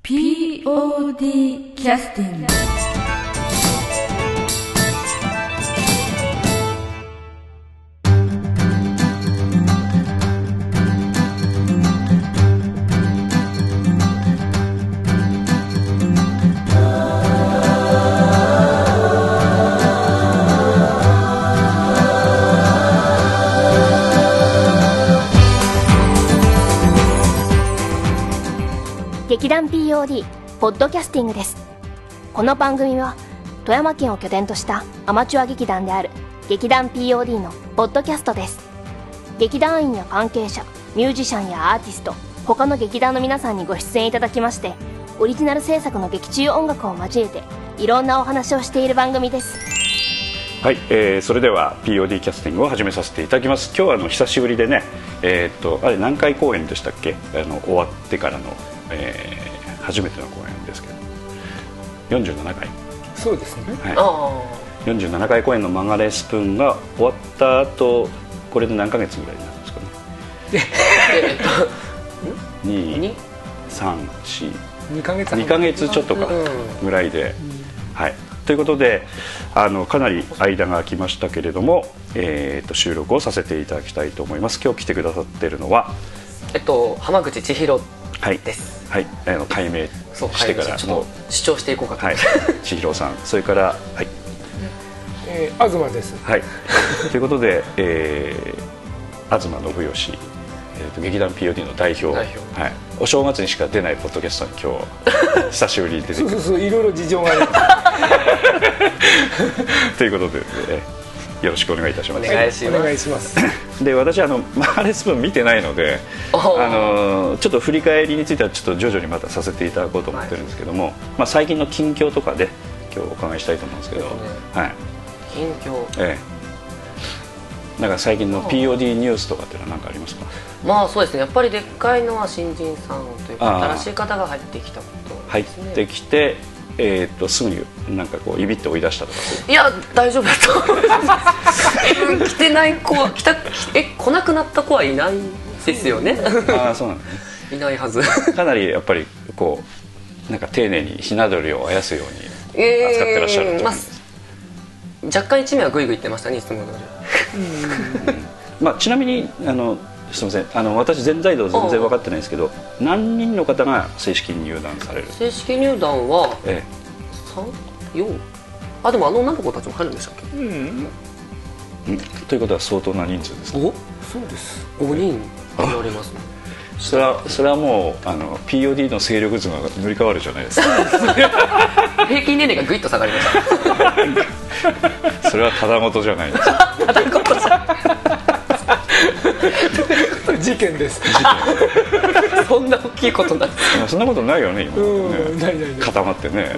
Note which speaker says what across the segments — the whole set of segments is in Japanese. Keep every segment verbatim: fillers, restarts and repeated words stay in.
Speaker 1: ピーオーディー キャスティング。
Speaker 2: 劇団 ピーオーディー ポッドキャスティングです。この番組は富山県を拠点としたアマチュア劇団である劇団 ピーオーディー のポッドキャストです。劇団員や関係者、ミュージシャンやアーティスト、他の劇団の皆さんにご出演いただきまして、オリジナル制作の劇中音楽を交えていろんなお話をしている番組です。
Speaker 3: はい、えー、それでは ピーオーディー キャスティングを始めさせていただきます。今日はあの久しぶりでね、えー、っとあれ何回公演でしたっけ、あの終わってからの、えー、初めての公演ですけどよんじゅうななかい。
Speaker 4: そうですね、
Speaker 3: はい、あよんじゅうななかい公演の曲がれスプーンが終わった後、これで何ヶ月ぐらいになるんですかねに、さん、よん、
Speaker 4: にかげつ
Speaker 3: にかげつちょっとかぐらいで、うん、はい、ということであのかなり間が空きましたけれども、えー、と収録をさせていただきたいと思います。今日来てくださっているのは、
Speaker 5: えっと、浜口千尋です。
Speaker 3: はい、はい、あの改名してから
Speaker 5: ちょっと主張していこうかと、
Speaker 3: はい、千尋さん、それから、はい、
Speaker 4: えー、東です。
Speaker 3: はい、ということで、えー、東信義、えー、と劇団 ピーオーディー の代表、代表、はい、お正月にしか出ないポッドキャストに今日久しぶりに出てくる
Speaker 4: そうそうそう、いろいろ事情があります
Speaker 3: ということで、ね、よろしくお願いいたします。
Speaker 5: お願いします。
Speaker 4: お願いします
Speaker 3: で、私あのマーレスプーン見てないので、あのちょっと振り返りについてはちょっと徐々にまたさせていただこうと思ってるんですけども、はい、まあ、最近の近況とかで今日お伺いしたいと思うんですけど、ね、はい、
Speaker 5: 近況、
Speaker 3: ええ、なんか最近の ピーオーディー ニュースとかっていうのは何かありますか？
Speaker 5: まあそうですね、やっぱりでっかいのは新人さんというか新しい方が入ってきたことですね。
Speaker 3: 入ってきて、えー、とすぐになんかこういびって追い出したとか。
Speaker 5: いや大丈夫だと思います来てない子は来たえ来なくなった子はいないですよね。
Speaker 3: ああ、そうなんだね。
Speaker 5: いないはず。
Speaker 3: かなりやっぱりこうなんか丁寧にひな鳥をあやすように扱ってらっしゃると思います。
Speaker 5: えーまあ、若干一名はグイグイ言ってましたね、いつも通り。
Speaker 3: うん、まあ、ちなみにあのすみません、あの私全体像全然分かってないんですけど、何人の方が正式に入団される？
Speaker 5: 正式入団は、ええ、さん、よん、あ、でもあの女の子たちも入るんでしたっけ？うん、
Speaker 3: うん、ということは相当な人数ですか？
Speaker 5: お、そうです、ごにん言われますね。
Speaker 3: それはそれはもうあの ピーオーディー の勢力図が塗り替わるじゃないですか。
Speaker 5: 平均年齢がぐいっと下がりました。
Speaker 3: それはただごとじゃないですか。
Speaker 5: ただごとじゃ
Speaker 4: 事件です。
Speaker 5: そんな大きいことない。
Speaker 3: そんなことないよね、今ね。
Speaker 4: ないないない。
Speaker 3: 固まってね。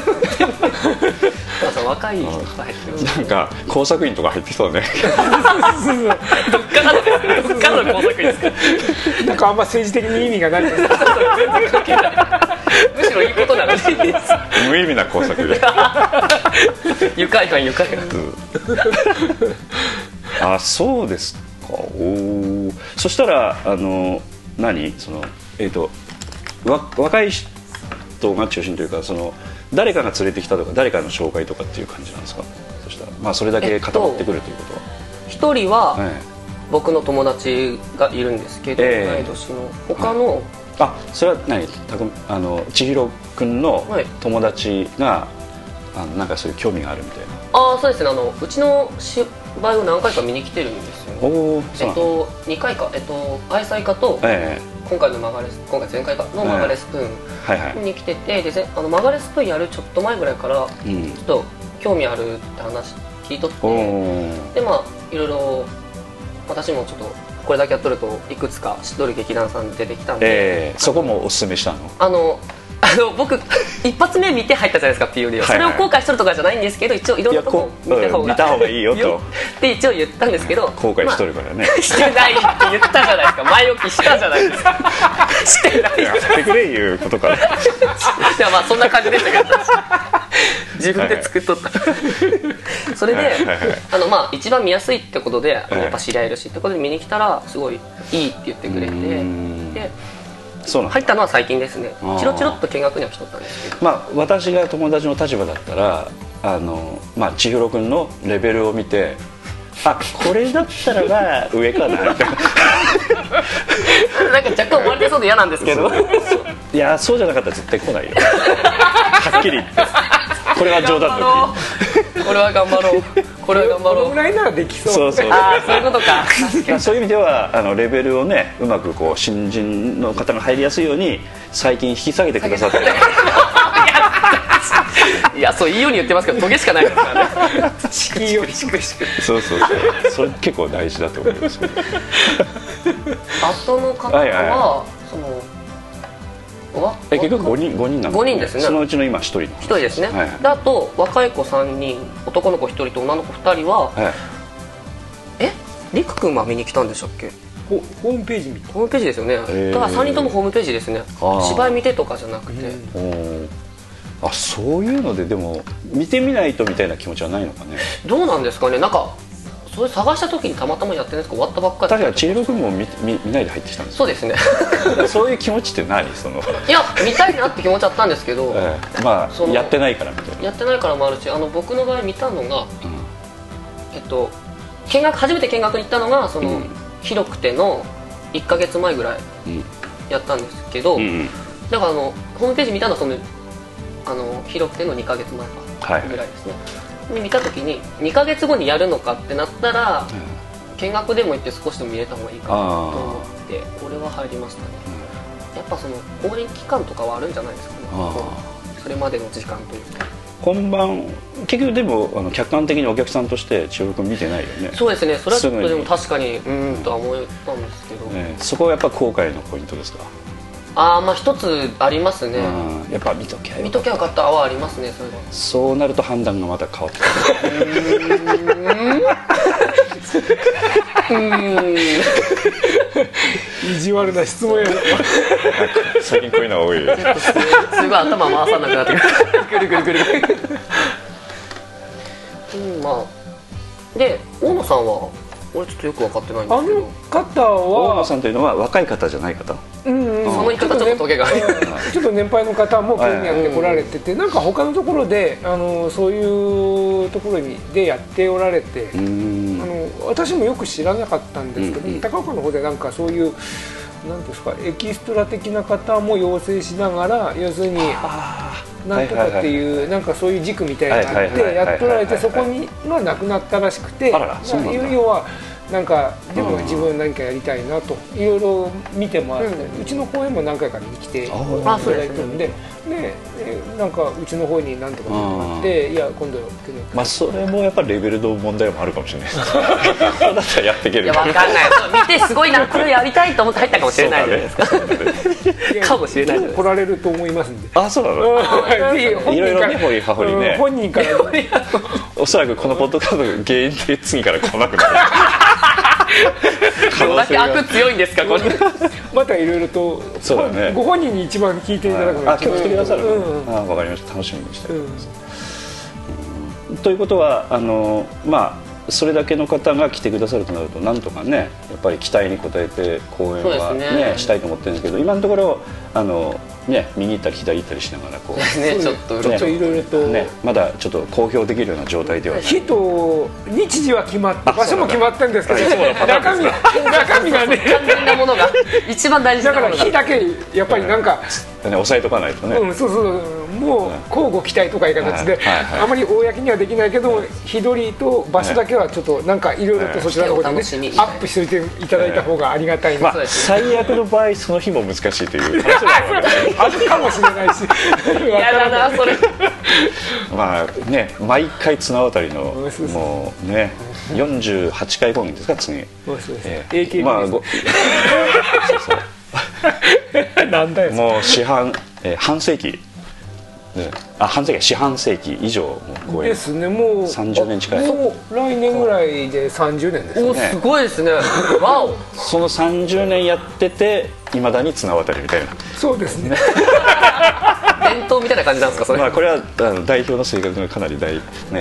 Speaker 5: 若い人が入ってる。
Speaker 3: なんか工作員とか入ってきそうね。
Speaker 5: どっからどっからの工作員ですか。
Speaker 4: なんかあんま政治的に意味がない。全然
Speaker 5: 関係ない。むしろいいことなのに。
Speaker 3: 無意味な工作で。
Speaker 5: 愉快感愉快感。
Speaker 3: あ、そうですか。お、そしたらあの何そのえっ、ー、とわ若い人が中心というか、その誰かが連れてきたとか誰かの紹介とかっていう感じなんですか？そしたらまあそれだけ固まってくるということは。
Speaker 5: 一、えっと、人は、ええ、僕の友達がいるんですけど、えー、同い年の他の、はい、
Speaker 3: あ、それは何、たくあの千尋くんの友達が、はい、あのなんかそういう興味があるみたいな。
Speaker 5: ああ、そうですね、あのうちの芝居を何回か見に来てるんですよね。お、えっとにかいか、えっと愛妻家と、えー、今回のマガレス今回前回かのマガレスプーン、はいはい、見に来てて、であのマガレスプーンやるちょっと前ぐらいから、うん、ちょっと興味あるって話聞いとって、でまあいろいろ私もちょっとこれだけやっとるといくつか知っとる劇団さん出てきたんで、
Speaker 3: えー、そこもおすすめしたの？
Speaker 5: あのあの僕一発目見て入ったじゃないですか ピーオーディー は、はいはい、それを後悔しとるとかじゃないんですけど、一応いろんなとこ見た方が、
Speaker 3: 見た方がいいよと
Speaker 5: って一応言ったんですけど、
Speaker 3: 後悔しとるからね、まあ、
Speaker 5: してないって言ったじゃないですか。前置きしたじゃないですか。してない
Speaker 3: やってくれいうことか。
Speaker 5: でもまあそんな感じでしたけど自分で作っとった、はいはい、それで、はいはいはい、あのまあ一番見やすいってことで、はい、やっぱ知り合いるしってことで見に来たらすごいいいって言ってくれて、で
Speaker 3: そうなん
Speaker 5: 入ったのは最近ですね。チロチロっと見学には来とったんですけど、
Speaker 3: まあ私が友達の立場だったらあのまあ千尋くんのレベルを見て、あこれだったらまあ上かなみたいななんか
Speaker 5: 若干思われてそうで嫌なんですけど
Speaker 3: いやそうじゃなかったら絶対来ないよはっきり言ってこれは冗談の
Speaker 5: これは頑張ろうこれは頑張ろう
Speaker 4: このぐらいならできそう。
Speaker 3: そうそう
Speaker 5: ああそういうことか
Speaker 3: まあそういう意味ではあのレベルをねうまくこう新人の方が入りやすいように最近引き下げてくださって
Speaker 5: いやそういいように言ってますけどトゲしかないですからね
Speaker 4: 敷居を低くして
Speaker 3: そうそうそうそれ結構大事だと思います
Speaker 5: あとの方は、はいはいはい、その
Speaker 3: え結局ごにんごにんなの、ね、
Speaker 5: ごにんですね。
Speaker 3: そのうちの今ひとり
Speaker 5: ひとりですね、はいはい、であと若い子さんにん男の子ひとりと女の子ふたりは、はい、えりくくんは見に来たんでしたっけ。
Speaker 4: ホームページ見て
Speaker 5: ホームページですよね。だからさんにんともホームページですね。芝居見てとかじゃなくて、
Speaker 3: うん、あそういうのででも見てみないとみたいな気持ちはないのかね。ど
Speaker 5: うなんですかね。なんかそれ探した時にたまたまやってるんですか。終わったばっかり。
Speaker 3: 確かに千尋君も 見, 見, 見ないで入ってきたんです。
Speaker 5: そうですね
Speaker 3: そういう気持ちって何その
Speaker 5: いや見たいなって気持ちあったんですけど、
Speaker 3: ええ、まあやってないからみたいな。
Speaker 5: やってないからもあるし、あの僕の場合見たのが、うん、えっと見学初めて見学に行ったのがその、うん、広くてのいっかげつまえぐらいやったんですけど、うんうん、だからあのホームページ見たのはそのあの広くてのにかげつまえかぐらいですね、はい、で見た時ににかげつごにやるのかってなったら、うん、見学でも行って少しでも見れた方がいいかなと思って俺は入りましたね、うん、やっぱその公演期間とかはあるんじゃないですかね。それまでの時間というか
Speaker 3: 本番結局でもあの客観的にお客さんとして千代君見てないよね。
Speaker 5: そうですね。それはちょっとでも確かにうんとは思ったんですけど、
Speaker 3: ね、そこはやっぱ後悔のポイントですか。
Speaker 5: ああまあ一つありますね。
Speaker 3: やっぱ見ときゃ
Speaker 5: 見ときゃよかったはありますね。それは
Speaker 3: そうなると判断がまた変わってくる
Speaker 4: うん意地悪な質問や
Speaker 3: 最近こういうのが多いす
Speaker 5: ごい頭回さなくなってくるくるくるくるくるうんまあで大野さんは俺ちょっとよく分かってないんですけど、
Speaker 4: あの方は
Speaker 3: 大野さんというのは若い方じゃない方、
Speaker 5: うんうん、その言い方ちょっとトゲが
Speaker 4: ちょっと年配の方も興味あって来られてて、なんか他のところであのそういうところでやっておられて、あの私もよく知らなかったんですけど、うんうん、高岡の方でなんかそういうなんですかエキストラ的な方も養成しながら、要するになんとかっていうなんかそういう軸みたいなのがあってやっておられて、そこにはなくなったらしくて、要はなんかでも自分何かやりたいなといろいろ見てもらって、うちの公演も何回か見に来ていただいてるんで、でなんかうちの方に何とかなって、いや今度
Speaker 3: まあそれもやっぱりレベルの問題もあるかもしれないですだったらやっていける。
Speaker 5: いや分かんない見てすごいなこれやりたいと思って入ったかもしれないじゃないですかかもしれないじゃないですか。
Speaker 4: 来られると思いますんで。
Speaker 3: あそうなのいろいろね掘り葉掘りね
Speaker 4: 本人から
Speaker 3: おそらくこのポッドキャストの原因で次から来なくなる
Speaker 5: どれだけ悪強いんですかこれ
Speaker 4: またいろいろとそうだ、ね、ご本人に一番聞いていただくのが、
Speaker 3: あ今日来てくださる、うん、あ分かりました。楽しみにしております、うん、ということはあのまあそれだけの方が来てくださるとなるとなんとかねやっぱり期待に応えて公演は、ねね、したいと思ってるんですけど、今のところあのね、右行ったり左行ったりしながらこう、
Speaker 5: ね、ちょっとちょっと
Speaker 4: いろいろと、ね、
Speaker 3: まだちょっと公表できるような状態ではない。
Speaker 4: 日と日時は決まって場所も決まってるんですけど、中身中身がね
Speaker 5: 完全なものが一番大事なものが
Speaker 4: だから日だけやっぱりなんか、
Speaker 3: ね、抑えとかないとね、
Speaker 4: うん、そうそうもう交互期待とかいう形で、あまり公にはできないけど日取りと場所だけはちょっとなんかいろいろとそちらの方でねアップしておいていただいた方がありがたいな、
Speaker 3: まあ、最悪の場合その日も難しいという
Speaker 4: あるかもしれないし
Speaker 5: 嫌だなそれ
Speaker 3: まあね毎回綱渡りのもうねよんじゅうはちかい公演ですか次。
Speaker 4: そうそうそう エーケービー
Speaker 3: まあごそうそうなんだよもう四半、えー、半世紀ね、あ半世紀四半世紀以上も公演
Speaker 4: ですね。もう
Speaker 3: さんじゅうねん近い。
Speaker 4: そう来年ぐらいでさんじゅうねんですね。
Speaker 5: おすごいですねわお
Speaker 3: そのさんじゅうねんやってていまだに綱渡りみたいな。
Speaker 4: そうですね
Speaker 5: 伝統みたいな感じなんですかそれ。
Speaker 3: まあこれはあの代表の性格がかなり大ね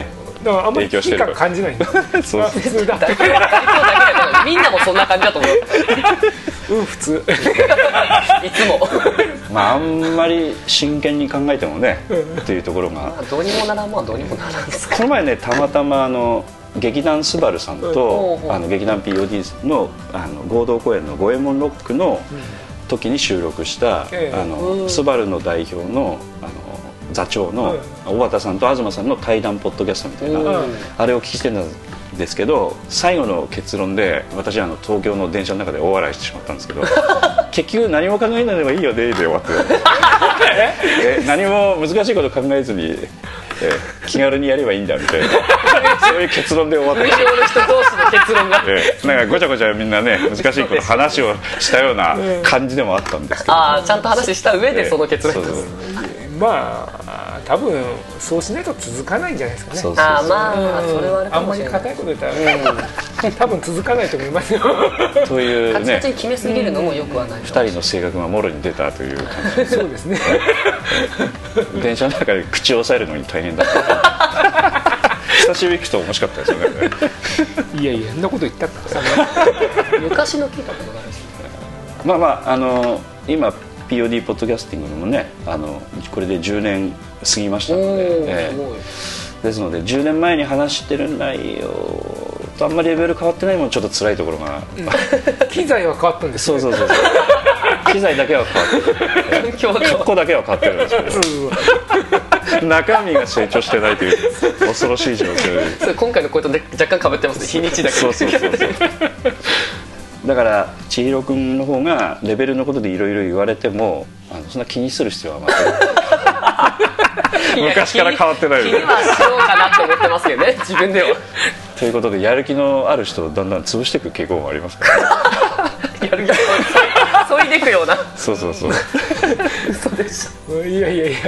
Speaker 4: からあんまり危機感感じないんです
Speaker 3: そう
Speaker 4: 普通だ
Speaker 5: 大丈夫だけどみんなもそんな感じだと思う
Speaker 4: うん普通
Speaker 5: いつも
Speaker 3: まああんまり真剣に考えてもねっていうところが、
Speaker 5: まあ、どうにもならんまあどうにもならんですか。
Speaker 3: この前ねたまたまあの劇団スバルさんと、うん、あの劇団 ピーオーディー の, あの合同公演の五右衛門ロックの時に収録した、うん、あの、うん、スバルの代表のあの座長の小畑さんと東さんの対談ポッドキャストみたいな、うん、あれを聞きしてるんですけど、最後の結論で私はあの東京の電車の中で大笑いしてしまったんですけど結局何も考えないでもいいよねで終わってえ何も難しいこと考えずにえ気軽にやればいいんだみたいなそういう結論で終わって
Speaker 5: 無償の人同士の結論が
Speaker 3: えなんかごちゃごちゃみんなね難しいこと話をしたような感じでもあったんですけど、
Speaker 5: ああちゃんと話した上でその結論、
Speaker 3: そうそう
Speaker 4: まあ多分そうしないと続かないんじゃないですかね。
Speaker 3: そうそうそう
Speaker 5: あまあそれはある
Speaker 4: あんまり硬いこと言ったら、うん、多分続かないと思いますよ
Speaker 3: というね
Speaker 5: カチカチに決めすぎるのもよくはない、
Speaker 3: ふたりの性格がもろに出たという感じ
Speaker 4: そうですね
Speaker 3: 電車の中で口を押さえるのに大変だった久しぶりに聞くと面白かったですよね
Speaker 4: いやいやそんなこと言ったから
Speaker 5: 昔の聞いたことがあるんですよ。
Speaker 3: まあまああの今ピーオーディー ポッドキャスティングもねあのこれでじゅうねん過ぎましたので、えー、ですのでじゅうねんまえに話してる内容とあんまりレベル変わってないもんちょっと辛いところが、
Speaker 4: うん、機材は変わったんです
Speaker 3: ねそうそうそうそう機材だけは変わってる格好だけは変わってるんですけど中身が成長してないという恐ろしい状況で
Speaker 5: 今回の声と若干被ってますね日にちだけ
Speaker 3: そうそうそうそうだから千尋君の方がレベルのことでいろいろ言われてもあのそんな気にする必要は全く昔から変わってないよね。
Speaker 5: 気にはしようかなと思ってますけどね自分では。
Speaker 3: ということでやる気のある人をだんだん潰していく傾向もありますから、ね、
Speaker 5: やる気そいでいくような
Speaker 3: そうそうそう
Speaker 5: 嘘でしょ。
Speaker 4: いやいやいや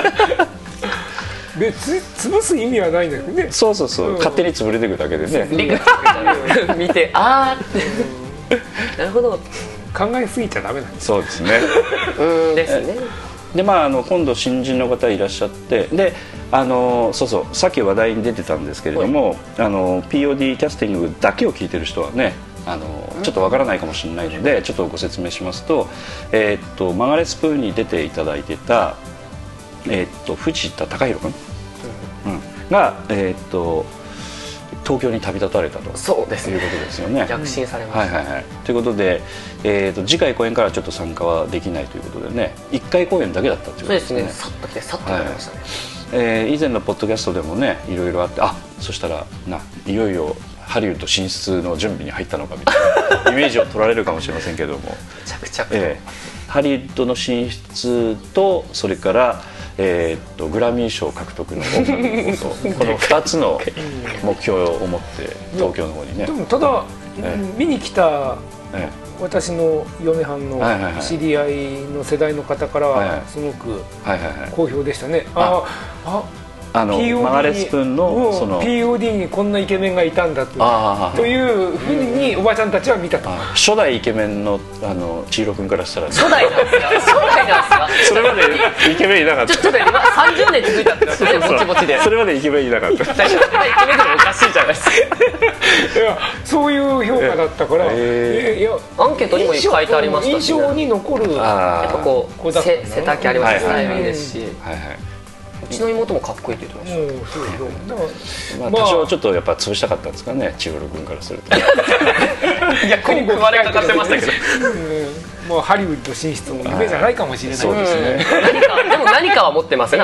Speaker 4: でつ潰す意味はないんだけどね。
Speaker 3: そうそうそう、うん、勝手に潰れていくだけでね
Speaker 5: 理解見てあーってなるほど
Speaker 4: 考えすぎちゃダメなんです。
Speaker 3: そうですね
Speaker 5: うんですね。
Speaker 3: でまあ、あの今度新人の方いらっしゃってであのそうそうさっき話題に出てたんですけれどもあの ピーオーディー キャスティングだけを聞いてる人はねあのちょっとわからないかもしれないのでちょっとご説明しますと、えー、っとマガレスプーンに出ていただいてた、えー、っと藤田貴弘君、うんうん、が、えー、っと東京に旅立たれたと
Speaker 5: そうです、ね、
Speaker 3: いうことですよね。
Speaker 5: 逆進されました、
Speaker 3: はいはいはい、ということで、えー、と次回公演からちょっと参加はできないということでねいっかい公演だけだったということですね。
Speaker 5: そうですねさっと来てさっと来ましたね、
Speaker 3: はいえー、以前のポッドキャストでもねいろいろあってあそしたらないよいよハリウッド進出の準備に入ったのかみたいなイメージを取られるかもしれませんけども
Speaker 5: 着々と、
Speaker 3: えー、ハリウッドの進出とそれからえー、とグラミー賞獲得の音楽とこのふたつの目標を持って東京の方にね。
Speaker 4: でもただ、ええ、見に来た、ええ、私の嫁はんの知り合いの世代の方からはすごく好評でしたね。ああ
Speaker 3: あのマガレスプーンのその
Speaker 4: ピーオーディー にこんなイケメンがいたんだとというふうにおばちゃんたちは見たと。
Speaker 3: 初代イケメンのあの千尋君からしたら
Speaker 5: 初代なんですか初代なんですか
Speaker 3: それまでイケメンいなかった。
Speaker 5: ちょっとね今さんじゅうねん続いたってことねぼちぼちで
Speaker 3: それまでイケメンいなかった
Speaker 5: 最初からイケメンでもおかしいじゃないですか
Speaker 4: いやそういう評価だったから、えー、いや
Speaker 5: アンケートにも書いてありました
Speaker 4: し、ね、印象に残る
Speaker 5: やっぱこう背丈ありますしスタイルいいですし、
Speaker 3: はいはい、
Speaker 5: うちの妹もかっこいいって言ってました。うん、そう
Speaker 3: そうだからまあ多少ちょっとやっぱ潰したかったんですかね、千尋君からすると。
Speaker 5: 逆に食われかかってましたけど。
Speaker 4: うん、もうハリウッド進出も夢じゃないかもしれない。
Speaker 3: そうですね。
Speaker 5: 何かでも何かは持ってますね。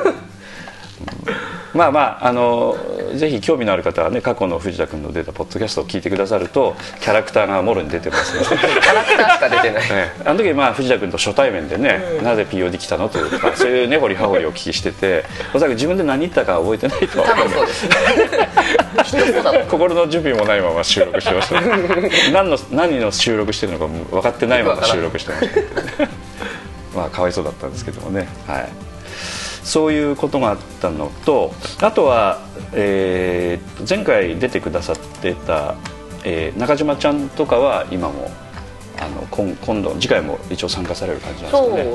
Speaker 3: まあまああのぜひ興味のある方はね過去の藤田君の出たポッドキャストを聞いてくださるとキャラクターがもろに出てますので。
Speaker 5: キャラクターしか出てない。
Speaker 3: ね、あの時まあ藤田君と初対面でね、うん、なぜ ピーオーディー 来たのというかそういう根掘り葉掘りお聞きしてて、おそらく自分で何言ったか覚えてないと。
Speaker 5: 多分そうですね。
Speaker 3: 心の準備もないまま収録してました、ね。何の何の収録してるのか分かってないまま収録してました。まあかわいそうだったんですけどもね。はい。そういうことがあったのと、あとは、えー、前回出てくださってた、えー、中島ちゃんとかは今もあの 今, 今度次回も一応参加される感じなんですかね。
Speaker 5: そう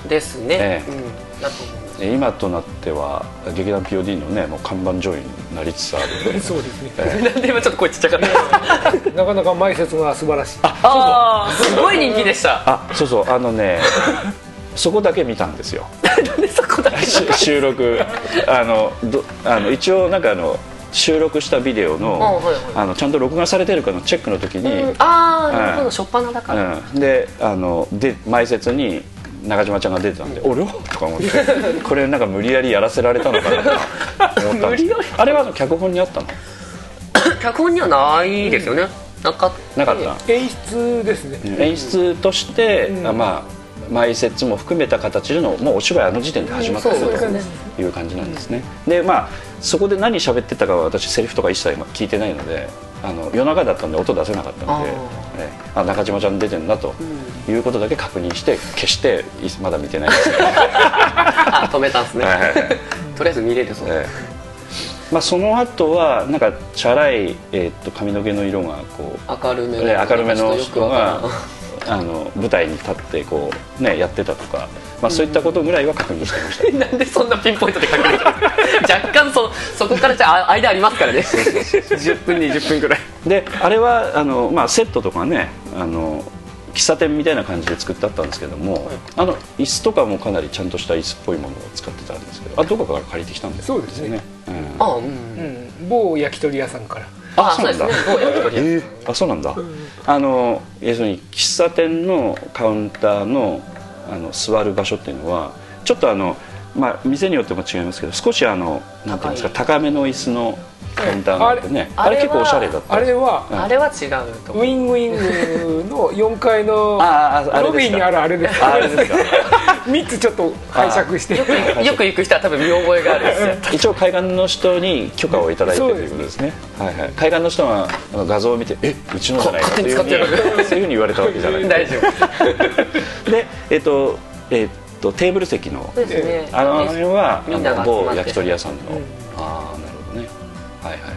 Speaker 5: ですね、
Speaker 3: ええ、
Speaker 5: うん、だと思います。
Speaker 3: 今となっては劇団 ピーオーディー のねもう看板女優になりつつある
Speaker 4: そうですね、
Speaker 3: え
Speaker 5: なんで今ちょっと声ちっちゃかった
Speaker 4: なかなか前説が素晴らしい。
Speaker 5: ああすごい人気でした。
Speaker 3: あそうそうあのねそこだけ見たんですよ
Speaker 5: なんでそこだけ
Speaker 3: 収録あのどあの一応なんかあの収録したビデオの、
Speaker 5: はいはい、
Speaker 3: あのちゃんと録画されてるかのチェックの時に、
Speaker 5: うん、ああなるほど、初っ端だから、
Speaker 3: うん、であので前説に中島ちゃんが出てたんで「おりょ?」とか思ってこれなんか無理やりやらせられたのかなと思ったんですけどあれは脚本にあったの？
Speaker 5: 脚本にはないですよね、うん、なかった
Speaker 3: なかった
Speaker 4: 演出ですね、
Speaker 3: 演出として、うん、まあ前説も含めた形でのもうお芝居あの時点で始まってるという感じなんですね、うん、でまあそこで何喋ってたかは私セリフとか一切聞いてないのであの夜中だったんで音出せなかったのであ、あ中島ちゃん出てるんだということだけ確認して消してまだ見てないですけど
Speaker 5: あ止めたんですね、はい、とりあえず見れるそう、え
Speaker 3: ーまあ、その後はなんかチャラい、えー、っと髪の毛の色がこう
Speaker 5: 明るめの、
Speaker 3: ね、明るめの人があの舞台に立ってこう、ね、やってたとか、まあ、そういったことぐらいは確認してました、
Speaker 5: うん、なんでそんなピンポイントで確認した若干 そ, そこからじゃあ間ありますからねじゅっぷんにじゅっぷんぐらい
Speaker 3: であれはあの、まあ、セットとかねあの喫茶店みたいな感じで作ってあったんですけども、はい、あの椅子とかもかなりちゃんとした椅子っぽいものを使ってたんですけどあどこかから借りてきたんですよね。
Speaker 4: そうですね、
Speaker 3: うん
Speaker 5: あうんうん
Speaker 4: うん、某焼き鳥屋さんから
Speaker 3: あそうなんだ、えー、あそうなんだ、うん、あの要するに喫茶店のカウンターの、あの座る場所っていうのはちょっとあの、まあ、店によっても違いますけど少しあのなんていうんですか高めの椅子のカウンターがあってね、あ れ, あれ結構おしゃれだった。
Speaker 4: あれは、
Speaker 5: うん、あれは違うと
Speaker 4: ウィングウィングのよんかいのロビーにあるあれですか。あれですかみっつちょっと拝借して
Speaker 5: よくよく行く人は多分見覚えがある
Speaker 3: 一応海岸の人に許可をいただいてということですね。はいはい、海岸の人が画像を見てえうちのじゃないかというふうにそういうふうに言われたわけじゃないです
Speaker 5: 大丈夫
Speaker 3: でえっとえっとテーブル席の、ね、あの辺はあの某焼き鳥屋さんの、うん、ああなるほどねはいはい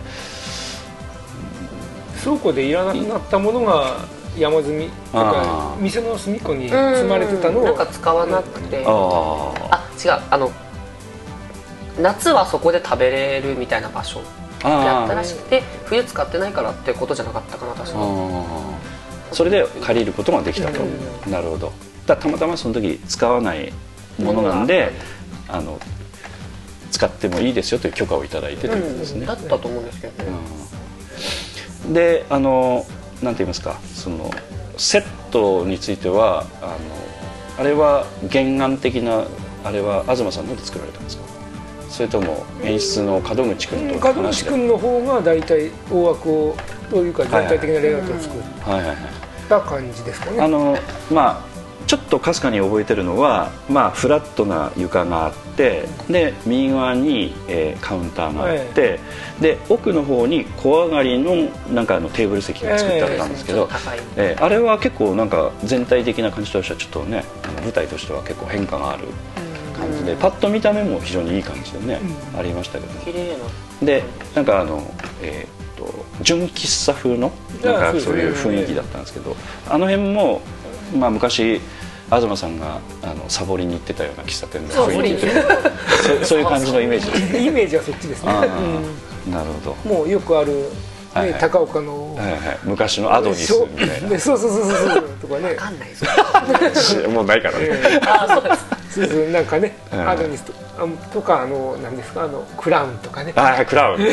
Speaker 4: 倉庫でいらなくなったものが山積みとか店の隅っこに積まれてたのを
Speaker 5: なんか使わなくて、うん、あ違うあの夏はそこで食べれるみたいな場所やったらしくて冬使ってないからってことじゃなかったかな確か
Speaker 3: それで借りることができたと、うん、なるほどだたまたまその時使わないものなんで、うん、あの使ってもいいですよという許可をいただいてということですね、
Speaker 5: うん、だったと思うんですけどね、
Speaker 3: うん、であのなんて言いますかそのセットについてはあのあれは原案的なあれは東さんので作られたんですかそれとも演出の門口君と
Speaker 4: 門口君の方が大体大枠をというか全体的なレイアウトを作った感じですかね。
Speaker 3: あのまあちょっとかすかに覚えてるのは、まあ、フラットな床があってで右側に、えー、カウンターがあって、はい、で奥の方に小上がりのなんかあのテーブル席が作ってあったんですけど、えーえー、あれは結構なんか全体的な感じとしてはちょっとねあの舞台としては結構変化がある感じで、うん、パッと見た目も非常にいい感じでね、うん、ありましたけど、ね、
Speaker 5: 綺麗な
Speaker 3: でなんかあの、えー、と純喫茶風のなんかそういう雰囲気だったんですけどあの辺も、まあ、昔東さんがあのサボりに行ってたような喫茶店の雰囲気で そ, そういう感じのイメージですね。
Speaker 4: イメージはそっちですね。
Speaker 3: うん、なるほど。
Speaker 4: もうよくある、ねはいはい、高岡の、
Speaker 3: はいはい、昔のアドニスみたいな。
Speaker 4: そうそうそうそうとかね。
Speaker 5: わかんないですよ。
Speaker 3: もうないからね。
Speaker 5: あそうです。
Speaker 4: そうそうなんかね、アドニスととかあの何ですかあのクラウンとかね。
Speaker 3: あはいクラウン。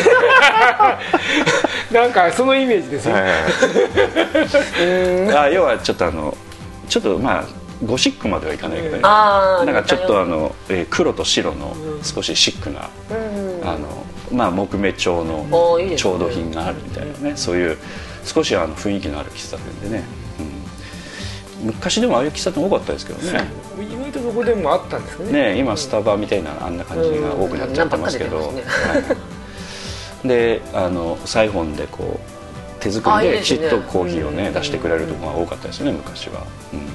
Speaker 4: なんかそのイメージですよ。
Speaker 3: あ要はちょっとあのちょっとまあ。ゴシックまではいかないけどね、なんかちょっとあの、えー、黒と白の少しシックな、うん、あのまあ、木目調の調度品があるみたいなね、そういう少しあの雰囲気のある喫茶店でね、うん、昔でもああいう喫茶店多かったですけどね、
Speaker 4: 意外とどこでもあったんですかね。
Speaker 3: ね今スタバみたいなあんな感じが多くなっちゃってますけど、であのサイフォンでこう手作りできちっとコーヒーをね出してくれるところが多かったですよね昔は。うん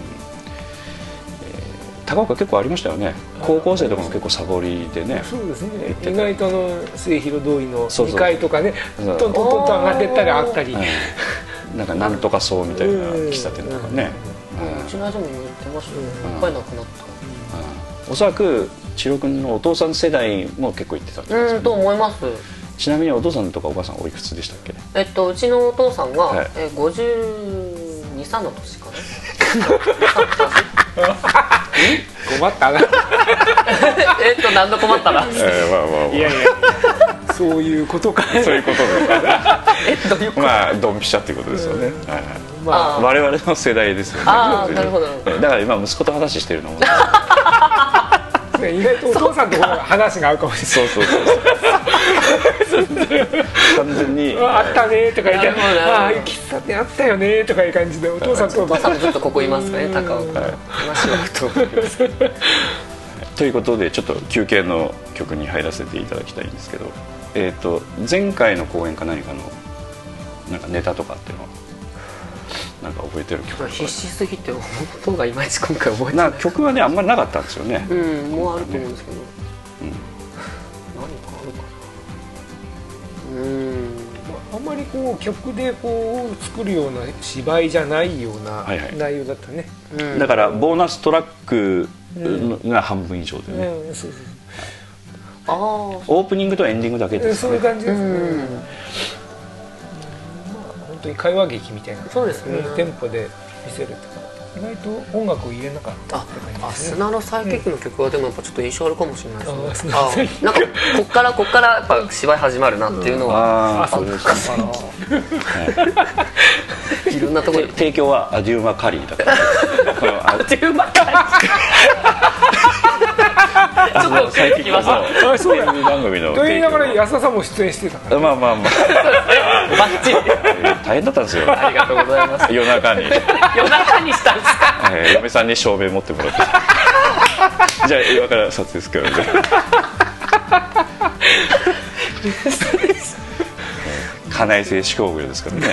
Speaker 3: 高岡結構ありましたよね。高校生とかも結構サボりでね。
Speaker 4: そうですね。意外とあの末広通りのにかいとかね、トントントンと上がってったりあったり、
Speaker 3: なんかなんとかそうみたいな喫茶店とかね。
Speaker 5: うちの味も言ってましたね。いっぱいなくなった。
Speaker 3: おそらく千尋君のお父さん世代も結構行ってたんですよね。
Speaker 5: うんと思います。
Speaker 3: ちなみにお父さんとかお母さんおいくつでしたっけ？
Speaker 5: えっとうちのお父さんが、
Speaker 3: はい、
Speaker 5: えごじゅうに、さんの年かな。
Speaker 4: 困ったな。
Speaker 5: えっと何の困ったな。
Speaker 3: えー、まあまあまあ、
Speaker 4: いやいやそういうことか。
Speaker 3: そういうことですかね。
Speaker 5: えどういうこと？
Speaker 3: まあドンピシャっていうことですよね。はい、
Speaker 4: まあ
Speaker 3: 我々の世代ですよね。
Speaker 5: ああなるほど。
Speaker 3: だから今息子と話してるのも
Speaker 4: 意外とお父さんと話が合うかもしれない。
Speaker 3: そうそうそう完全に
Speaker 4: あったねとか言って、ああ
Speaker 5: なるほど
Speaker 4: 喫茶店あったよねとかいう感じでお父さんと
Speaker 5: お父さんずっとここいますかね、高岡。
Speaker 3: はい
Speaker 5: 話はと思います。
Speaker 3: ということでちょっと休憩の曲に入らせていただきたいんですけど、えー、と前回の公演か何かのなんかネタとかっていうのはなんか覚えてる曲とか
Speaker 5: 必死すぎて音がいまいち今回覚えてな。
Speaker 3: ない曲はねあんまりなかったんですよね。
Speaker 5: うんもうあると思うんですけど、
Speaker 3: うん、
Speaker 5: 何かあるかな。うん
Speaker 4: あんまりこう曲でこう作るような芝居じゃないような
Speaker 3: はいはい
Speaker 4: 内容だったね。
Speaker 5: うん
Speaker 3: だからボーナストラックが半分以上でね、
Speaker 4: うん、そうそう
Speaker 5: ああ
Speaker 3: オープニングとエンディングだけですね。
Speaker 4: そういう感じですね。
Speaker 5: うん
Speaker 4: まあ本当に会話劇みたいな。
Speaker 5: そうですね
Speaker 4: んテンポで見せるとか意外と音楽を入れなかったって感じ
Speaker 5: あ、
Speaker 4: ですね。
Speaker 5: 砂のサイキックの曲はでもやっぱちょっと印象あるかもしれないですね。
Speaker 4: あ
Speaker 5: あなんかこっからこっからやっぱ芝居始まるなっていうのは、
Speaker 3: ああそうですね。
Speaker 5: いろんなところで
Speaker 3: 提供はアデューマカリーだからこのあ
Speaker 5: っていうばっかりちょっと
Speaker 3: 最近は
Speaker 4: あそうだ
Speaker 3: テレビ番組の
Speaker 4: と言いながら
Speaker 3: 提供
Speaker 4: 安田さんも出演してたから。
Speaker 3: まあまあまあ
Speaker 5: バッチリ
Speaker 3: 大変だったんですよ。
Speaker 5: ありがとうございます。
Speaker 3: 夜中に、
Speaker 5: 夜中にしたんですか。
Speaker 3: えー嫁さんに証明持ってもらってじゃあ今から撮影ですからね家内製思考具ですからね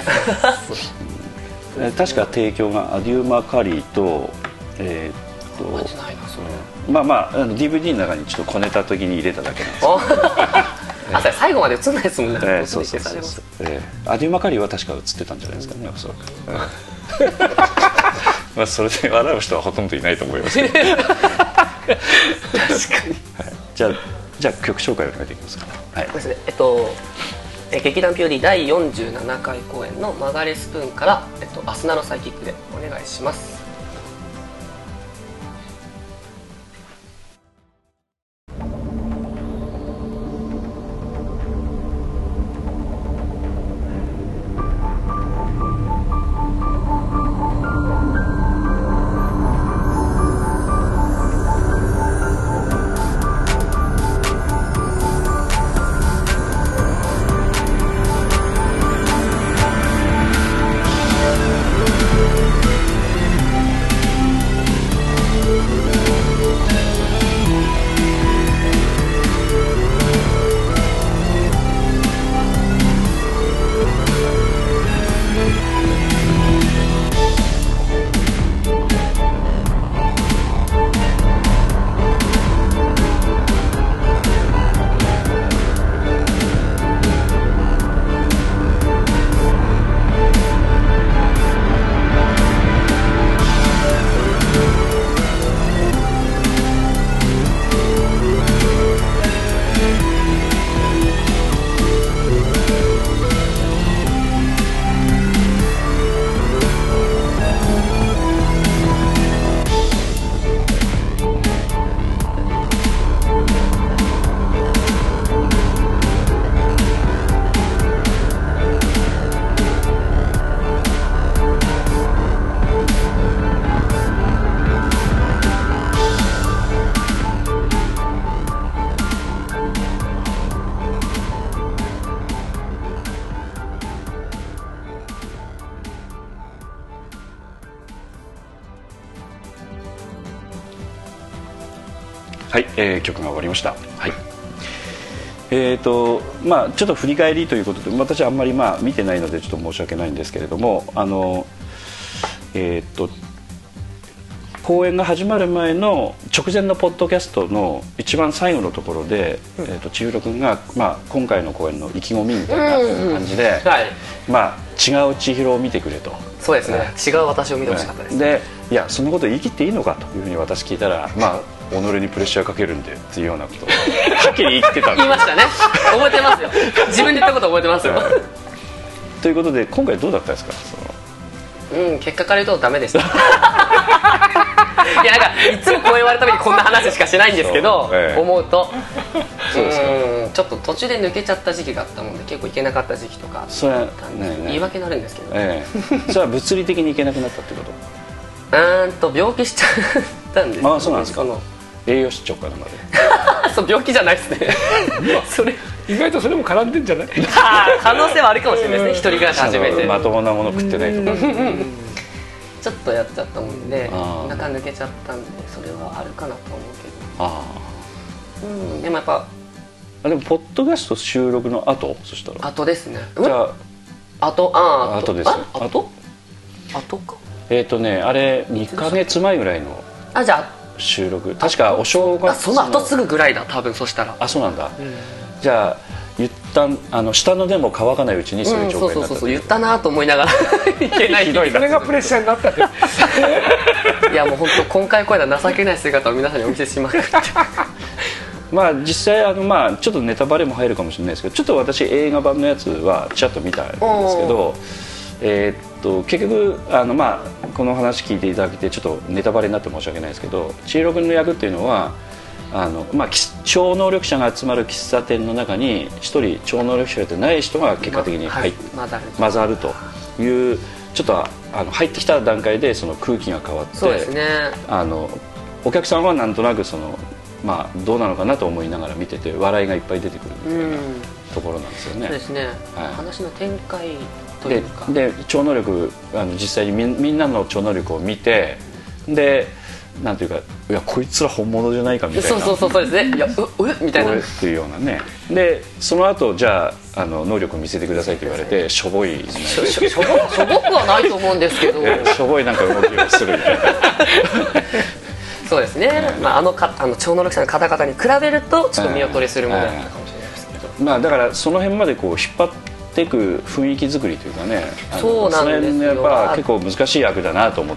Speaker 3: うん確か提供がアデューマカリーとえー、っとまあまああの ディーブイディー の中にちょっと小ネタ的に入れただけなんですけど
Speaker 5: あ、それ最後まで映んないですもんね。
Speaker 3: えー、そうそうそうそう、えー、アデューマカリーは確か映ってたんじゃないですかね、おそらく、えーまあそれで笑う人はほとんどいないと思いますけど確かに、はい、じゃあじゃあ曲紹介をお願いできますか。はい、
Speaker 5: えっとえ劇団 ピーオーディー だいよんじゅうななかい公演の曲がれスプーンから「えっと、アスナのサイキック」でお願いします。
Speaker 3: はい、えー、曲が終わりました。はい。えーとまあ、ちょっと振り返りということで私はあんまりまあ見てないのでちょっと申し訳ないんですけれども、あの、えー、と公演が始まる前の直前のポッドキャストの一番最後のところで、うん、えー、と千尋君が、まあ、今回の公演の意気込みみたいな感じで、
Speaker 5: うんうん、はい、
Speaker 3: まあ、違う千尋を見てくれと。
Speaker 5: そうですね、違う私を見てほしかったです、
Speaker 3: でいやそんなこと言い切っていいのかというふうに私聞いたら、まあ、 己にプレッシャーかけるんでっていうようなことをはっきり言ってたんで
Speaker 5: 言いましたね。覚えてますよ。自分で言ったこと覚えてますよ。
Speaker 3: ということで今回どうだったですか？その
Speaker 5: うん、結果から言うとダメでした。いや、なんかいつもこう言われるためにこんな話しかしないんですけど、ええ、思うとそうですか。うん、ちょっと途中で抜けちゃった時期があったもんで結構行けなかった時期とかあったんで、ねね、言い訳になるんですけど、
Speaker 3: ええ、それは物理的に行けなくなったってこと？
Speaker 5: うーんと病気しちゃったんですよ。
Speaker 3: ああ、そうなんですか。栄養失調かなんかで
Speaker 5: そう病気じゃないですね。それ
Speaker 4: 意外とそれも絡んでんじゃない？
Speaker 5: 可能性はあるかもしれないですね。一人暮らし始めて
Speaker 3: まともなもの食ってないとか
Speaker 5: ちょっとやっちゃったもんでお腹抜けちゃったんで、それはあるかなと思うけど、あ、うん、でもやっぱ
Speaker 3: あ、でもポッドキャスト収録の後、そしたら
Speaker 5: 後ですね。
Speaker 3: じゃ
Speaker 5: あ後あ
Speaker 3: あ後です。あ
Speaker 5: 後後か
Speaker 3: えっとね、あれにかげつまえぐらいの
Speaker 5: あ、じゃあ
Speaker 3: 収録、確かお正月、
Speaker 5: あ、その後すぐぐらいだ多分。そしたら
Speaker 3: あ、そうなんだ、うん、じゃあ言ったあの下のでも乾かないうちにそういう状態になった、うん、そうそうそう、言ったなと思いながらいけない、ひどいな、
Speaker 4: それがプレッシャーになったって。
Speaker 5: いやもう本当今回これは情けない姿を皆さんにお見せしまくって
Speaker 3: まあ実際あの、まあ、ちょっとネタバレも入るかもしれないですけど、ちょっと私映画版のやつはちらっと見たんですけど、えー、っと結局あの、まあ、この話聞いていただいてちょっとネタバレになって申し訳ないですけど、千尋君の役っていうのはあの、まあ、超能力者が集まる喫茶店の中に一人超能力者でない人が結果的に入っ、まはい、混ざるというちょっとあの入ってきた段階でその空気が変わって、
Speaker 5: そうですね、あ
Speaker 3: のお客さんはなんとなくその、まあ、どうなのかなと思いながら見てて笑いがいっぱい出てくるみたいなところなんですよね。
Speaker 5: そうですね、はい、話の展開と
Speaker 3: で
Speaker 5: いうか
Speaker 3: で超能力あの実際に み, みんなの超能力を見て、でなんていうか、いやこいつら本物じゃないかみたいな、
Speaker 5: そうそうそうそうですね、いやうえみたいな
Speaker 3: っていうようなね。でその後じゃあ、あの能力を見せてくださいと言われてしょぼい
Speaker 5: しょしょしょぼしょぼくはないと思うんですけど
Speaker 3: しょぼいなんか動きをするみたいな
Speaker 5: そうですね、まあ、あのかあの超能力者の方々に比べるとちょっと見劣りするものだったかもしれないですけど、
Speaker 3: まあだからその辺までこう引っ張っていく雰囲気作りというかね、
Speaker 5: そうなんですよ。
Speaker 3: その辺やっぱ結構難しい役だなと思って、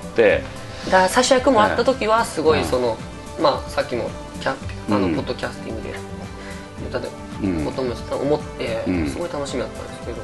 Speaker 5: だから最初役もあった時はすごいその、うん、まあさっきもキャあの、うん、ポッドキャスティングで言ったことも思って、うん、すごい楽しみだったんですけど、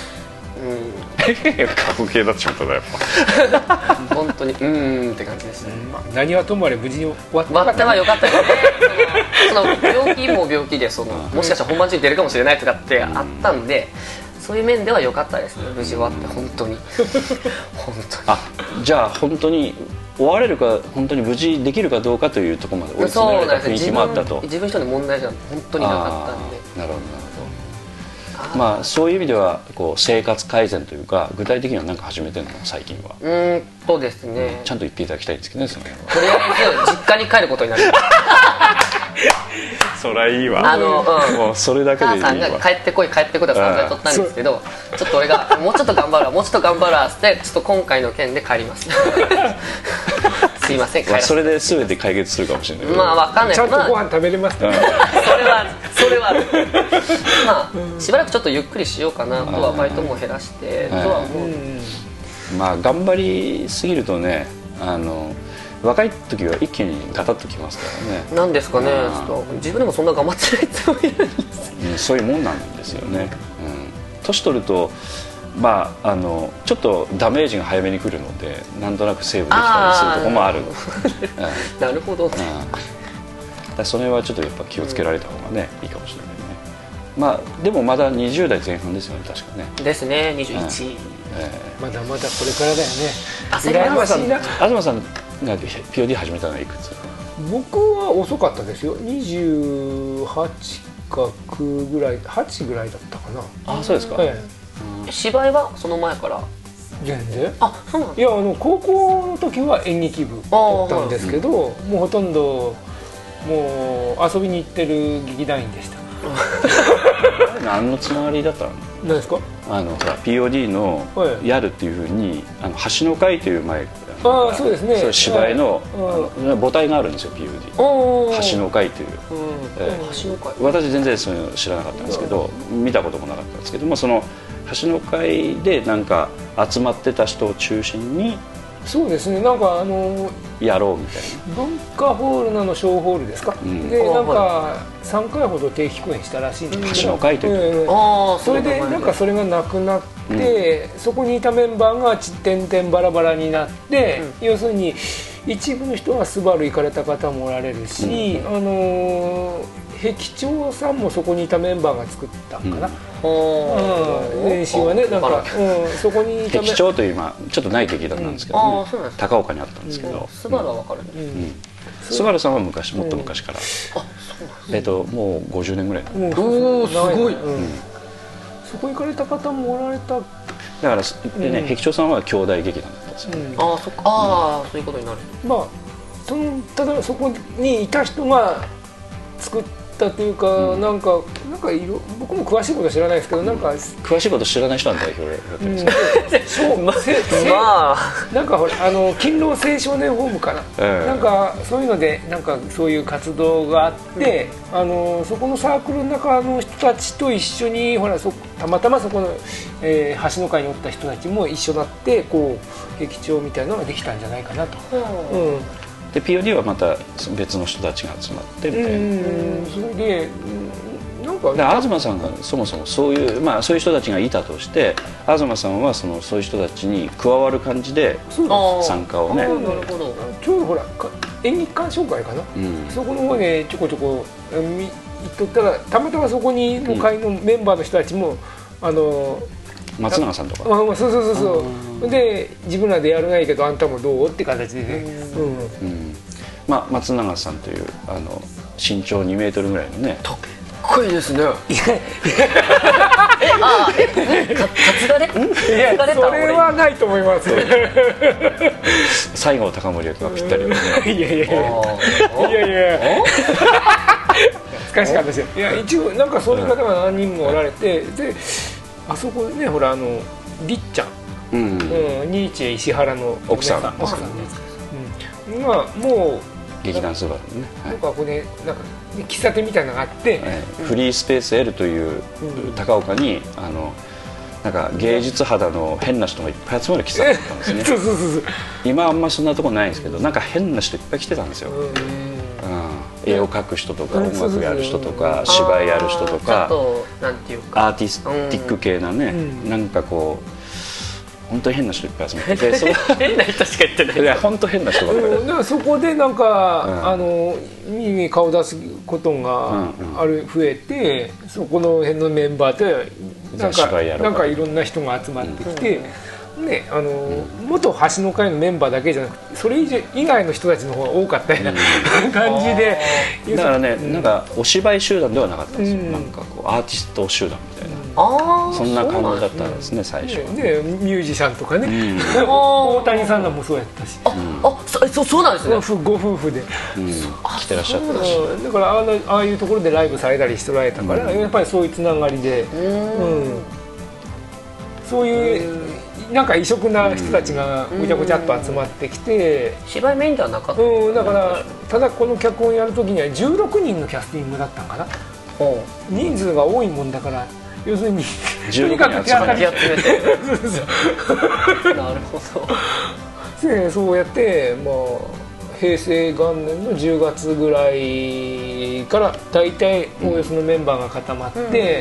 Speaker 3: うん、過去形だっちゃっただやっ
Speaker 5: ぱ本当にうーんって感じでしたね、
Speaker 4: まあ、何はともあれ無事に終わって
Speaker 5: 終わってはよかったですね。その病気も病気でそのもしかしたら本番中に出るかもしれないとかってあったんで、そういう面では良かったですね、無事終わって本当に本当に。
Speaker 3: あ、じゃあ本当に終われるか、本当に無事できるかどうかというところまで追い詰められた雰囲気もあったと。
Speaker 5: 自分一人の問題じゃ本当になかったんで。
Speaker 3: なるほどなるほど。まあそういう意味ではこう生活改善というか、具体的には何か始めてるの最近は。
Speaker 5: うーんとですね、
Speaker 3: ちゃんと言っていただきたいんですけどね、その辺は。
Speaker 5: とりあえず実家に帰ることになりました
Speaker 3: そりゃいいわ。
Speaker 5: あの、うん、
Speaker 3: もうそれだけでいいわ。
Speaker 5: 母さんが帰ってこい帰ってこいと散々とったんですけど、ちょっと俺がもうちょっと頑張るわもうちょっと頑張るわってちょっと今回の件で帰りますすいません、帰らせて。
Speaker 3: それで全て解決するかもしれないけど、
Speaker 5: まあわかんない。
Speaker 4: ちゃんとご飯食べれますか、
Speaker 5: まあ、それはそれはまあしばらくちょっとゆっくりしようかなとは、バイトも減らしてとは思う。
Speaker 3: まあ頑張りすぎるとね、あの若い時は一気にガタッときますからね。
Speaker 5: なんですかね、ちょっと自分でもそんな頑張ってないつもりなんです、
Speaker 3: うん、そういうもんなんですよね、うん、年取るとまあ、あのちょっとダメージが早めに来るので、なんとなくセーブできたりするところもある。
Speaker 5: うん、なるほど、ね、
Speaker 3: うん、だそれはちょっとやっぱ気をつけられた方がね、うん、いいかもしれないね。まあでもまだにじゅう代前半ですよね、確かね。
Speaker 5: ですね、にじゅういち、うん、
Speaker 4: えー、まだまだこれからだよね。
Speaker 5: 焦
Speaker 3: ましいな。東さんが ピーオーディー 始めたのはいくつ？
Speaker 4: 僕は遅かったですよ。にじゅうはちかきゅうぐらい、はちぐらいだったかな。
Speaker 3: あ、そうですか。
Speaker 4: え
Speaker 5: え、芝居はその前から？
Speaker 4: 全然。
Speaker 5: あ、そうなんですか。
Speaker 4: いや、あの高校の時は演劇部だったんですけど、もうほとんどもう遊びに行ってる劇団員でした。
Speaker 3: 何のつながりだったの？
Speaker 4: 何ですか？
Speaker 3: あのほら ピーオーディー のやるっていうふうに、あの橋の会という前
Speaker 4: ああ、そうですね。
Speaker 3: そういう芝居の母体があるんですよ、 ピーオーディー。橋の会という、
Speaker 5: えー、橋の会。
Speaker 3: 私全然そういうの知らなかったんですけど、見たこともなかったんですけども、その橋の会でなんか集まってた人を中心に
Speaker 4: そうですね、なんかあの
Speaker 3: やろうみたいな。
Speaker 4: 文化ホールなの小ホールですか、うん、でなんかさんかいほど定期公演したらしいんですけど、
Speaker 3: 橋の会という、
Speaker 4: うん、それでなんかそれがなくなって、うん、そこにいたメンバーが点々バラバラになって、うん、要するに一部の人はスバル行かれた方もおられるし、うん、あの壁長さんもそこにいたメンバーが作ったんかな、うん、練習はね、なんか、うん、そこにいた
Speaker 3: 壁長という今ちょっとない劇団なんですけど、ね、うん、高岡にあったんですけど、うん、
Speaker 5: スバルは分かるね、うん、
Speaker 3: スバルさんは昔、もっと昔から、うん、あ、そうなんですね、えっともうごじゅうねんぐらい、
Speaker 4: うん、おーすごい、うん、そこ行かれた方もおられた。
Speaker 3: だからでね、壁長さんは兄弟劇団だったんですよ、うん、
Speaker 5: ああ、そっか、ああ、そういうことになる。
Speaker 4: まあそのただそこにいた人が作ったというか、うん、なんかなんかいろ僕も詳しいことは知らないですけど、うん、なんか
Speaker 3: 詳しいこと知らない人は代表やってるんです
Speaker 4: か、うん、そう、まあ、なんかほらあの勤労青少年ホームかな、うん、なんかそういうのでなんかそういう活動があって、うん、あのそこのサークルの中の人たちと一緒にほらそたまたまそこの、えー、橋の会におった人たちも一緒になってこう劇場みたいなのができたんじゃないかなと。うん、
Speaker 3: で ピーオーディー はまた別の人たちが集まってみたいな。うん、
Speaker 4: それでなんか
Speaker 3: だから東さんがそもそもそういう、まあ、そういう人たちがいたとして東さんはそのそういう人たちに加わる感じで参加をね。
Speaker 5: なるほど。
Speaker 4: ちょうどほら演劇鑑賞会かな、うん、そこの方でちょこちょこ見とったらたまたまそこにの会のメンバーの人たちも、うん、あの
Speaker 3: 松永さんとか、
Speaker 4: あ、そうそうそうそうで自分らでやらないけどあんたもどうって形でね、うん、うん、
Speaker 3: まあ、松永さんというあの身長にメートルぐらいのね、
Speaker 5: かっこいいですね。ああ、え、か担がれ？
Speaker 4: いや、それはないと思います。
Speaker 3: 西郷隆盛がぴったりですね。
Speaker 4: いやいやいやいやいや難しかったですよ。いや、一応なんかそういう方が何人もおられて、であそこね、ほらあのりっちゃん、うん、うん、ニーチェ石原の
Speaker 3: 奥さん、
Speaker 4: 奥さんのやつ、うん、まあもう
Speaker 3: 劇団スバルね、
Speaker 4: なんかここでなんか喫茶店みたいなのがあって、
Speaker 3: はい、フリースペース L という高岡にあのなんか芸術肌の変な人がいっぱい集まる喫茶店だったんですね。そうそうそうそう。今あんまそんなとこないんですけど、なんか変な人いっぱい来てたんですよ。うん、絵を描く人とか音楽やる人とか芝居やる人とか、
Speaker 5: なんていうか
Speaker 3: アーティスティック系なね、なんかこう本当に変な人いっぱい集まってて、そ
Speaker 5: 変な人しか言ってない。い
Speaker 3: や本当変な人ばっかり。
Speaker 4: だからそこでなんか、うん、あの耳に顔出すことがある、うんうん、増えて、そこの辺のメンバーでなんかなんかいろんな人が集まってきて。うんうんね、あのうん、元橋の会のメンバーだけじゃなくてそれ以外の人たちの方が多かったような、うん、感じで、
Speaker 3: だからね、うん、なんかお芝居集団ではなかったんですよ、うん、なんかこうアーティスト集団みたいな、うん、そんな感じだったんですね、うん、最初は、
Speaker 4: ね、ミュージシャンとかね、うん、大谷さんらもそうやったし、
Speaker 5: あ、うん、あ、そ, そうなんですね、
Speaker 4: ご夫婦で、
Speaker 3: うん、来てらっしゃったし、
Speaker 4: だからあ, のああいうところでライブされたりしておられたから、うん、やっぱりそういうつながりで、うんうん、そういうなんか異色な人たちがごちゃごちゃっと集まってきて、
Speaker 5: うん、芝居メインではなかった、
Speaker 4: うん、だからただこの脚本やるときにはじゅうろくにんのキャスティングだったんかな、人数が多いもんだから要するに
Speaker 3: とにかく手当たり
Speaker 5: 集めてなるほど
Speaker 4: でそうやって、まあ平成元年のじゅうがつぐらいから大体おおよそのメンバーが固まって、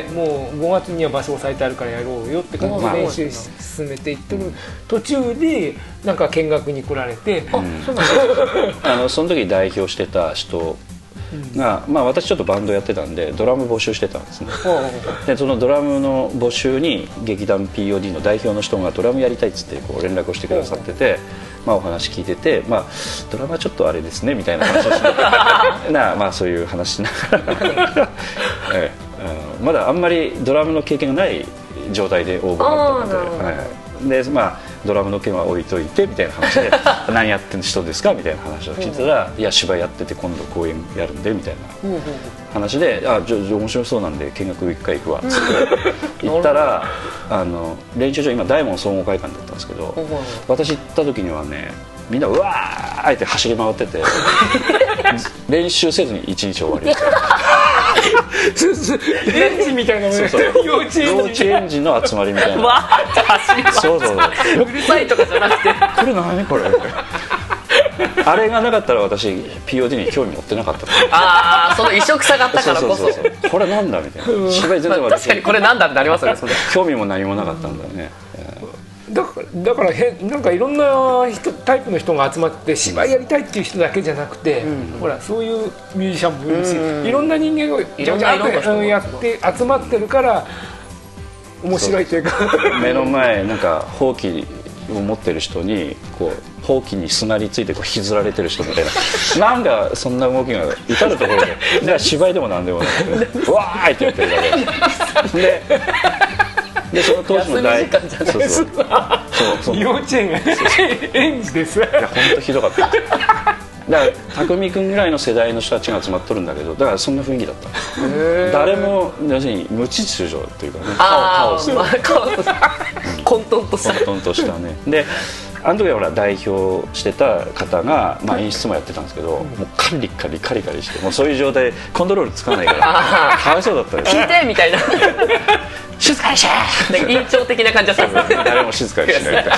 Speaker 4: うん、もうごがつには場所を押さえてあるからやろうよって感じで練習進めていってる途中でなんか見学に来られて、うん、あ、そうなん
Speaker 3: ですか。あのその時代表してた人が、まあ、私ちょっとバンドやってたんでドラム募集してたんですね。でそのドラムの募集に劇団 ピーオーディー の代表の人がドラムやりたいっつってこう連絡をしてくださってて、まあ、お話聞いてて、まあ、ドラムはちょっとあれですねみたいな話をしてな、まあ、そういう話しながら、ええ、あのまだあんまりドラムの経験がない状態で応募があったので、はい、でまあドラムの件は置いといてみたいな話で何やってる人ですかみたいな話を聞いたら、うん、いや芝居やってて今度公演やるんでみたいな話で、うん、あじゃあ面白そうなんで見学一回行くわっつって行ったらあの練習場今大門総合会館だったんですけど、うん、私行った時にはねみんなうわーって走り回ってて練習せずに一日終わりました
Speaker 4: 園児みたいなもん、幼稚園児
Speaker 3: 幼稚園児の集まりみたいな。
Speaker 5: わーって走ります。
Speaker 3: そうそうそう
Speaker 5: うるさいとかじゃなくて、
Speaker 3: これ何これあれがなかったら私 ピーオーディー に興味持ってなかったから。
Speaker 5: ああ、その異色さがあったからこそ。
Speaker 3: そうそうそうそう、これなんだみたいな、芝居全然
Speaker 5: まあ、確かにこれなんだってなりますよね。それ
Speaker 3: 興味も何もなかったんだよね。
Speaker 4: だからだからへなんかいろんな人タイプの人が集まって芝居やりたいっていう人だけじゃなくて、うん、ほらそういうミュージシャンもいるし、うん、いろんな人間が
Speaker 5: いろんな色の人が
Speaker 4: やって集まってるから面白いというか、
Speaker 3: 目の前なんかほうきを持ってる人にこうほうきにすがりついてこう引きずられてる人みたいななんかそんな動きが至るところでじゃあ芝居でもなんでもなくわーいってやってるだけででその当時の大
Speaker 5: 休み時間じゃない
Speaker 3: そうそうそうそう
Speaker 4: 幼稚園が園児です。いや
Speaker 3: 本当ひどかっただから匠君ぐらいの世代の人たちが集まっとるんだけど、だからそんな雰囲気だった。誰も要するに無秩序というかね、カオス、
Speaker 5: まあ、カオス混沌とした
Speaker 3: 混沌としたね。であの時はほら代表してた方が、まあ、演出もやってたんですけど、もうカリカリカリカリしてもうそういう状態コントロールつかないからかわいそうだったです。
Speaker 5: 聞いてみたいな
Speaker 3: 静かにし
Speaker 5: て委員長的な感じだったんですね。
Speaker 3: 誰も静かにしないみたいな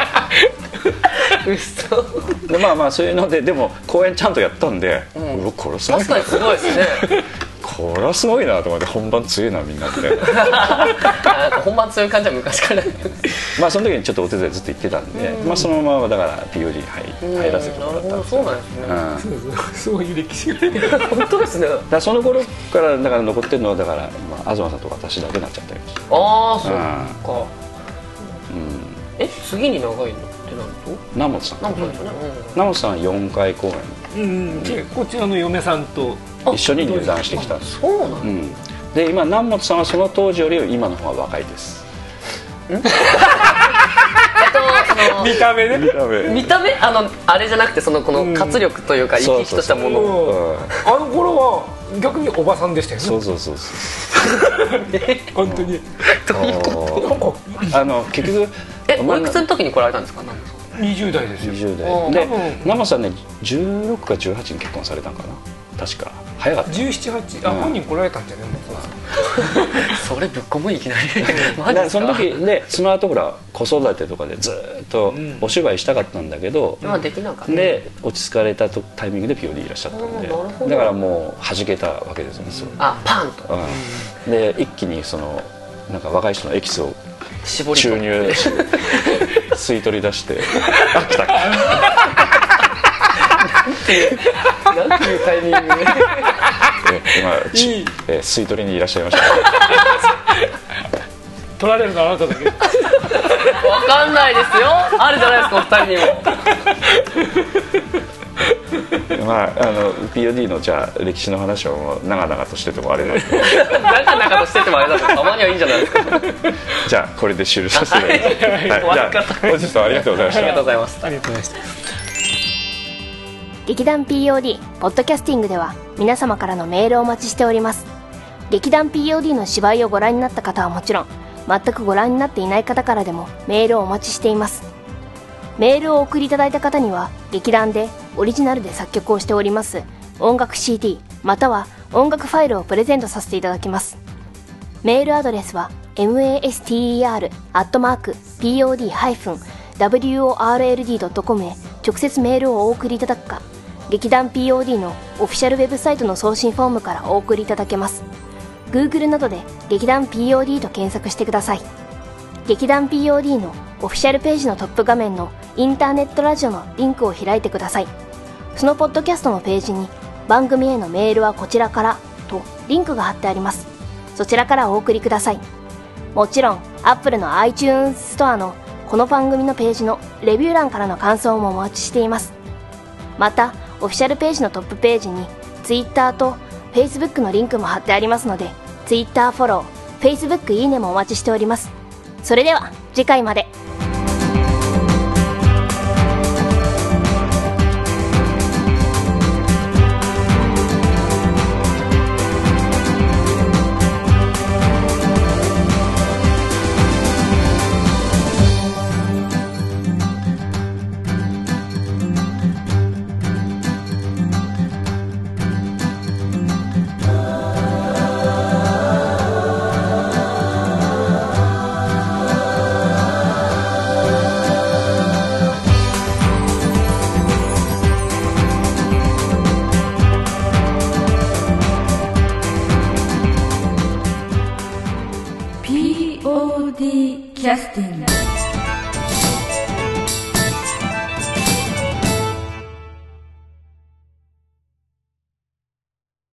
Speaker 5: 嘘
Speaker 3: でまあまあそういうのででも公演ちゃんとやったんで、うん、うわこれすごい
Speaker 5: 確かにすごいですね
Speaker 3: これはすごいなと思って、本番強いなみんなって
Speaker 5: 本番強い感じは昔から
Speaker 3: まあその時にちょっとお手伝いずっと行ってたんで、まあ、そのままだから ピーオーディー に 入, 入らせてもらったんですよ。
Speaker 5: そうなんですね、
Speaker 4: うん、そういう歴史が
Speaker 5: 本当ですね。だか
Speaker 3: らその頃からだから残ってるのはだから、まあ、東さんと私だけになっちゃったりして。
Speaker 5: ああそうか、うん、え次に長いのってなると
Speaker 3: 南本さん
Speaker 5: 南本さんですよね、
Speaker 3: 南本さんはよんかい公演、
Speaker 4: うん、こちらの嫁さんと
Speaker 3: 一緒に入団してきたんです。
Speaker 5: そうなん、
Speaker 3: うん、で今南本さんはその当時より今の方が若いです。
Speaker 5: えっとその
Speaker 4: 見た目ね、
Speaker 3: 見た目
Speaker 5: 見た目あのあれじゃなくてそのこの活力というか生き生きとしたものを、
Speaker 4: あの頃は逆におばさんでしたよね。
Speaker 3: そうそうそうそう
Speaker 4: 本当に
Speaker 3: あの結局
Speaker 5: えおいくつの時に来られたんですか。
Speaker 4: にじゅう代ですよ。
Speaker 3: にじゅう代で南本さんねじゅうろくかじゅうはちに結婚されたんかな確か。早かった。
Speaker 4: じゅうなな、はち、あ、うん、本人来られたんじゃないの。
Speaker 5: それぶっこむいきなり
Speaker 3: マジその時でその後ほら子育てとかでずっとお芝居したかったんだけど、
Speaker 5: うん、できなかった、
Speaker 3: で落ち着かれたタイミングでピーオーディーいらっしゃったんで、だからもう弾けたわけですよね。そう
Speaker 5: あパンと、
Speaker 3: うん、で一気にそのなんか若い人のエキスを
Speaker 5: 絞り
Speaker 3: 注入し吸い取り出してあ来た
Speaker 5: なんていうタイミングで
Speaker 3: 今いい、えー、吸い取りにいらっしゃいました
Speaker 4: 取られるのあなただけ。
Speaker 5: わかんないですよ。あるじゃないですかお二人にも。
Speaker 3: まああの ピーオーディー のじゃあ歴史の話はもう長々としててもあれなんで
Speaker 5: 長々としててもあれだとたまにはいいんじゃないですか。
Speaker 3: じゃあこれで終了させていただきます。はい、じゃあ本日はありがとうございました。
Speaker 5: ありがとうございます。
Speaker 4: ありがとうございました。
Speaker 2: 劇団 ピーオーディー ポッドキャスティングでは皆様からのメールをお待ちしております。劇団 ピーオーディー の芝居をご覧になった方はもちろん、全くご覧になっていない方からでもメールをお待ちしています。メールをお送りいただいた方には劇団でオリジナルで作曲をしております音楽 シーディー または音楽ファイルをプレゼントさせていただきます。メールアドレスは マスター アットマーク ピーオーディー ハイフン ワールド ドットコム へ直接メールをお送りいただくか、劇団 ピーオーディー のオフィシャルウェブサイトの送信フォームからお送りいただけます。 Google などで劇団 ピーオーディー と検索してください。劇団 ピーオーディー のオフィシャルページのトップ画面のインターネットラジオのリンクを開いてください。そのポッドキャストのページに番組へのメールはこちらからとリンクが貼ってあります。そちらからお送りください。もちろん Apple の iTunes ストアのこの番組のページのレビュー欄からの感想もお待ちしています。またオフィシャルページのトップページに Twitter と Facebook のリンクも貼ってありますので、 Twitter フォロー、Facebook いいねもお待ちしております。それでは次回まで。
Speaker 1: キャスティング